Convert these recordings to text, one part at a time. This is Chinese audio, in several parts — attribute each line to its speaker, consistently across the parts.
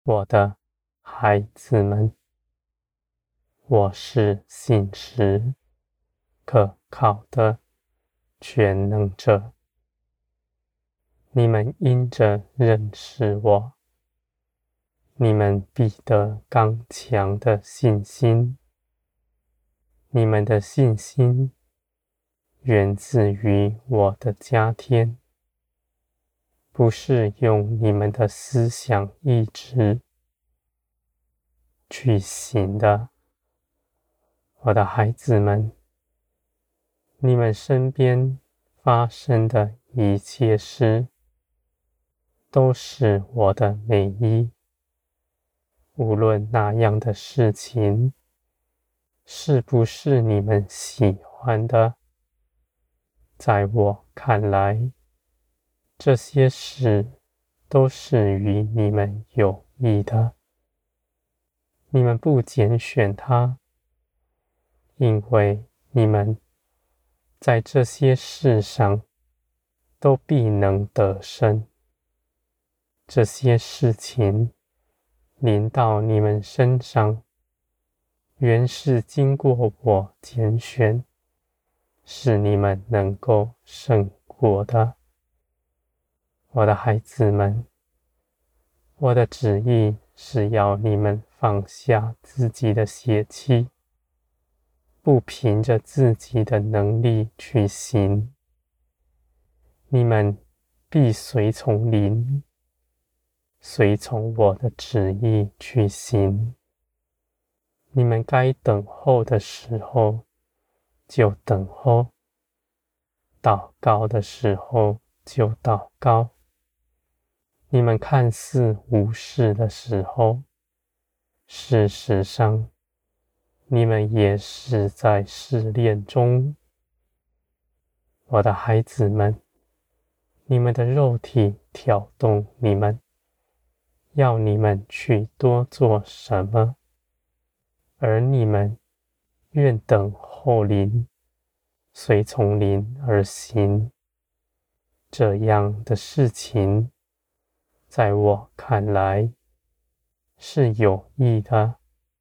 Speaker 1: 我的孩子们，我是信实可靠的全能者。你们因着认识我，你们必得刚强的信心。你们的信心源自于我的加添，不是用你们的思想意志去行的。我的孩子们，你们身边发生的一切事，都是我的美意。无论那样的事情是不是你们喜欢的，在我看来，这些事都是与你们有益的。你们不拣选它，因为你们在这些事上都必能得胜。这些事情临到你们身上，原是经过我拣选，使你们能够胜过的。我的孩子们，我的旨意是要你们放下自己的血气，不凭着自己的能力去行。你们必随从灵，随从我的旨意去行。你们该等候的时候就等候，祷告的时候就祷告。你们看似无事的时候，事实上你们也是在试炼中。我的孩子们，你们的肉体挑动你们，要你们去多做什么，而你们愿等候灵，随从灵而行。这样的事情，在我看来是有益的。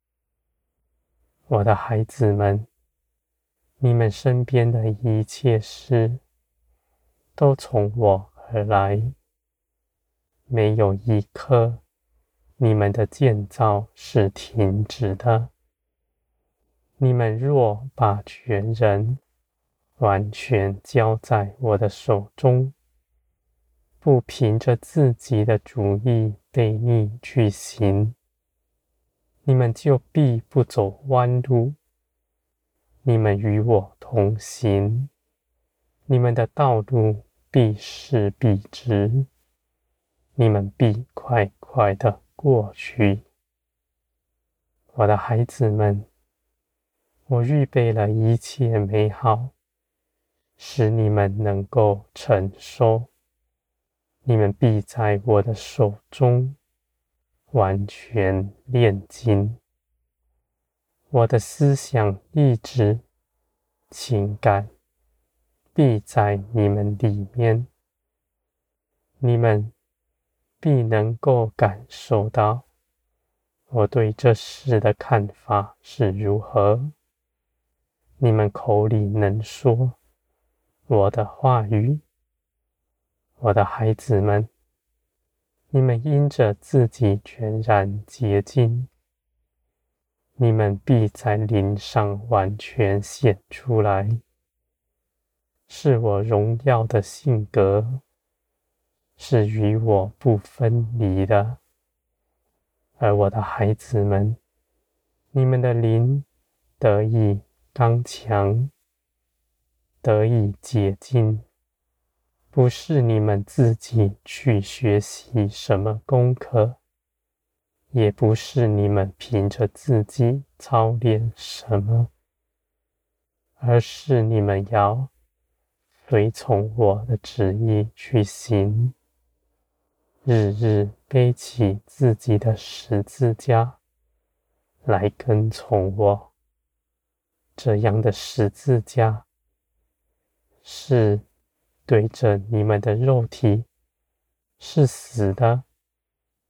Speaker 1: 我的孩子们，你们身边的一切事都从我而来，没有一刻你们的建造是停止的。你们若把全人完全交在我的手中，不凭着自己的主意悖逆去行，你们就必不走弯路。你们与我同行，你们的道路必是笔直，你们必快快地过去。我的孩子们，我预备了一切美好，使你们能够承受。你们必在我的手中完全炼金。我的思想、意志、情感必在你们里面，你们必能够感受到我对这事的看法是如何。你们口里能说我的话语。我的孩子们，你们因着自己全然洁净，你们必在灵上完全显出来，是我荣耀的性格，是与我不分离的。而我的孩子们，你们的灵得以刚强，得以洁净，不是你们自己去学习什么功课，也不是你们凭着自己操练什么，而是你们要随从我的旨意去行，日日背起自己的十字架来跟从我。这样的十字架是对着你们的肉体是死的，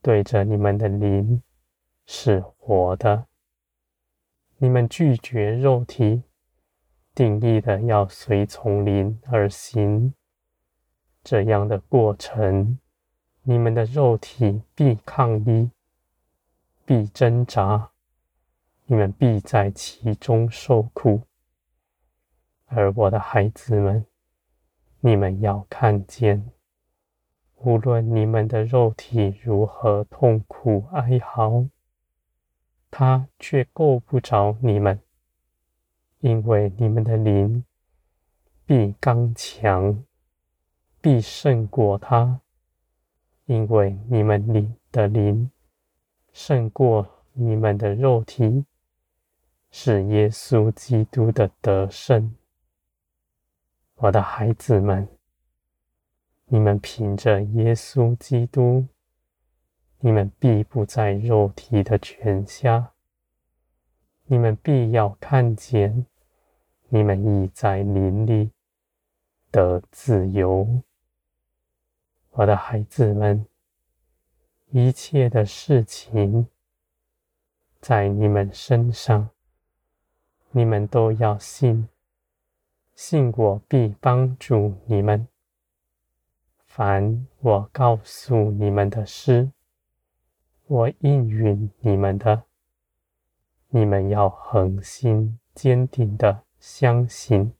Speaker 1: 对着你们的灵是活的。你们拒绝肉体，定义的要随从灵而行。这样的过程，你们的肉体必抗议，必挣扎，你们必在其中受苦。而我的孩子们，你们要看见，无论你们的肉体如何痛苦哀嚎，它却够不着你们，因为你们的灵必刚强，必胜过它，因为你们的灵胜过你们的肉体，是耶稣基督的得胜。我的孩子们，你们凭着耶稣基督，你们必不在肉体的权下，你们必要看见，你们已在灵里得自由。我的孩子们，一切的事情在你们身上，你们都要信我必帮助你们。凡我告诉你们的事，我应允你们的，你们要恒心坚定的相信。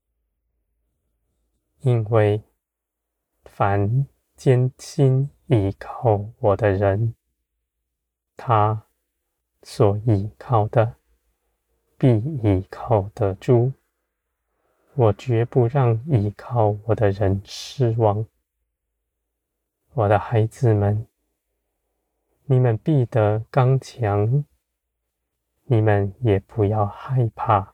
Speaker 1: 因为凡坚心倚靠我的人，他所倚靠的必倚靠得住。我绝不让倚靠我的人失望。我的孩子们，你们必得刚强，你们也不要害怕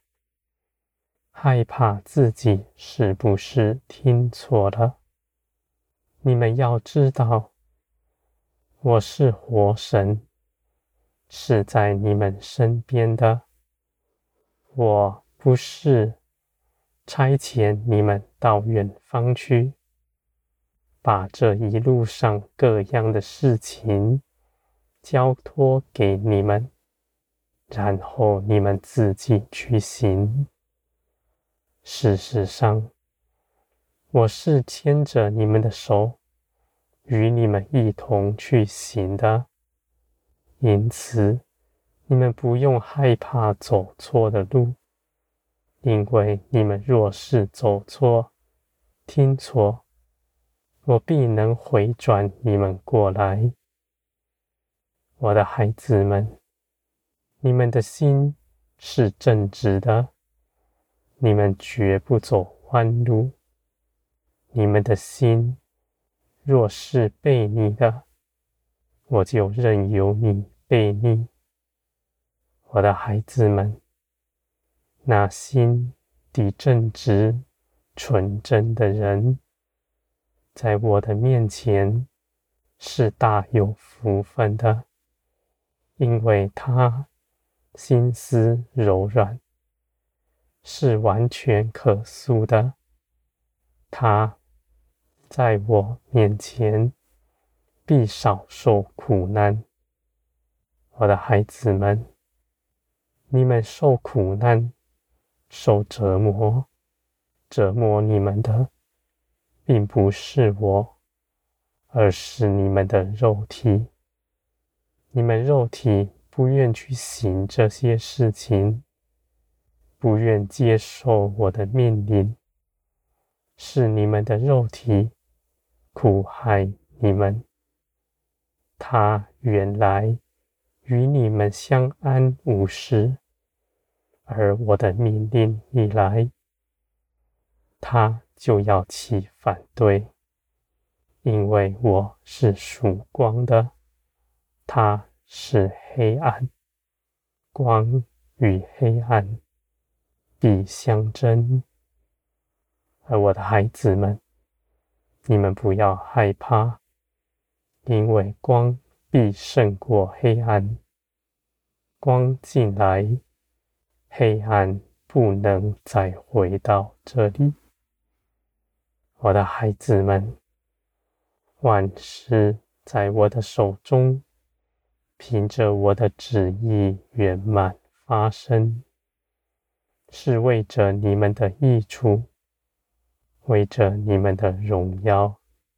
Speaker 1: 自己是不是听错了。你们要知道，我是活神，是在你们身边的。我不是差遣你们到远方去，把这一路上各样的事情交托给你们，然后你们自己去行。事实上，我是牵着你们的手，与你们一同去行的。因此，你们不用害怕走错的路，因为你们若是走错、听错，我必能回转你们过来。我的孩子们，你们的心是正直的，你们绝不走弯路。你们的心若是悖逆的，我就任由你悖逆。我的孩子们，那心地正直、纯真的人，在我的面前是大有福分的，因为他心思柔软，是完全可恕的。他在我面前必少受苦难。我的孩子们，你们受苦难、受折磨，折磨你们的并不是我，而是你们的肉体。你们肉体不愿去行这些事情，不愿接受我的命令，是你们的肉体苦害你们。他原来与你们相安无事，而我的命令一来，他就要起反对，因为我是属光的，他是黑暗。光与黑暗必相争。而我的孩子们，你们不要害怕，因为光必胜过黑暗。光进来，黑暗不能再回到这里。我的孩子们，万事在我的手中，凭着我的旨意圆满发生，是为着你们的益处，为着你们的荣耀。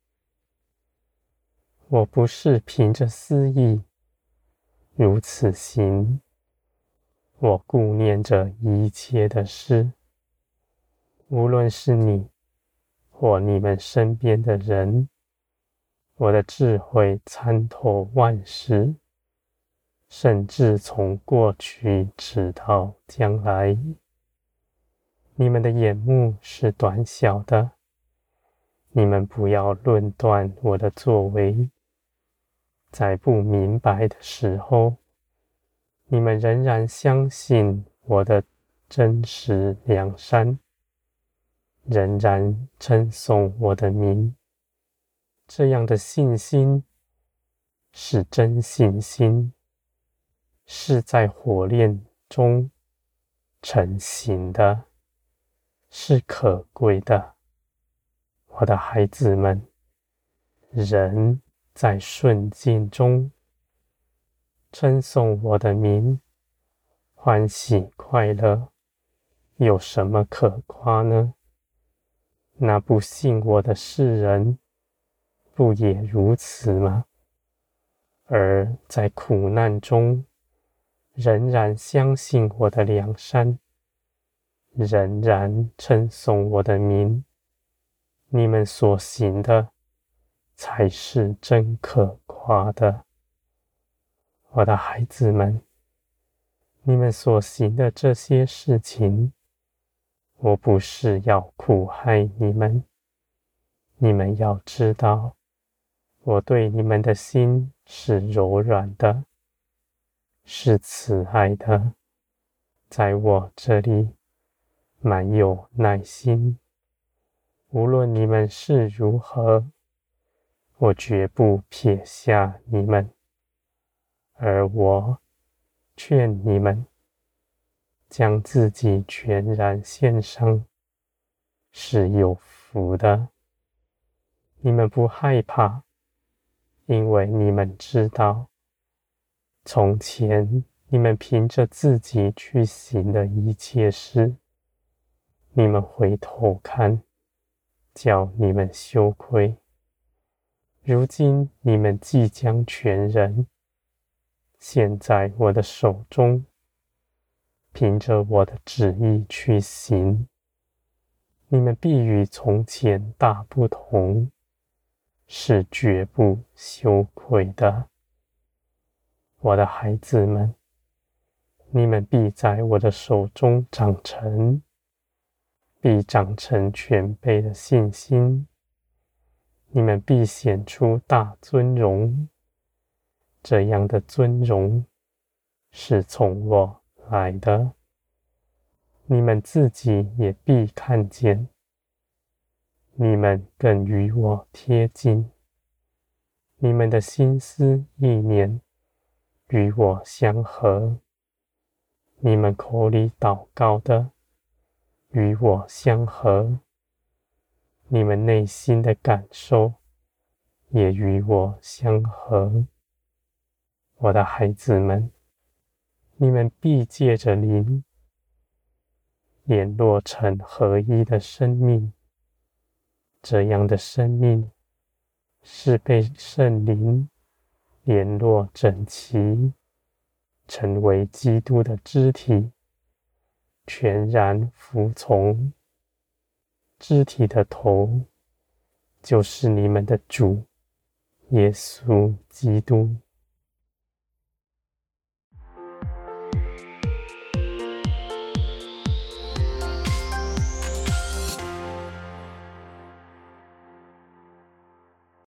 Speaker 1: 我不是凭着私意如此行，我顾念着一切的事，无论是你或你们身边的人，我的智慧参透万事，甚至从过去直到将来。你们的眼目是短小的，你们不要论断我的作为。在不明白的时候，你们仍然相信我的真实良善，仍然称颂我的名。这样的信心是真信心，是在火炼中成型的，是可贵的。我的孩子们，人在顺境中称颂我的名，欢喜快乐，有什么可夸呢？那不信我的世人，不也如此吗？而在苦难中，仍然相信我的良善，仍然称颂我的名，你们所行的才是真可夸的。我的孩子们，你们所行的这些事情，我不是要苦害你们，你们要知道，我对你们的心是柔软的，是慈爱的，在我这里满有耐心。无论你们是如何，我绝不撇下你们，而我劝你们将自己全然献上，是有福的。你们不害怕，因为你们知道，从前你们凭着自己去行的一切事，你们回头看，叫你们羞愧。如今你们即将全人献在我的手中，凭着我的旨意去行，你们必与从前大不同，是绝不羞愧的。我的孩子们，你们必在我的手中长成，必长成全备的信心。你们必显出大尊荣，这样的尊荣是从我来的，你们自己也必看见。你们更与我贴近，你们的心思意念与我相合，你们口里祷告的与我相合，你们内心的感受也与我相合。我的孩子们，你们必借着灵联络成合一的生命，这样的生命是被圣灵联络整齐，成为基督的肢体，全然服从。肢体的头就是你们的主耶稣基督。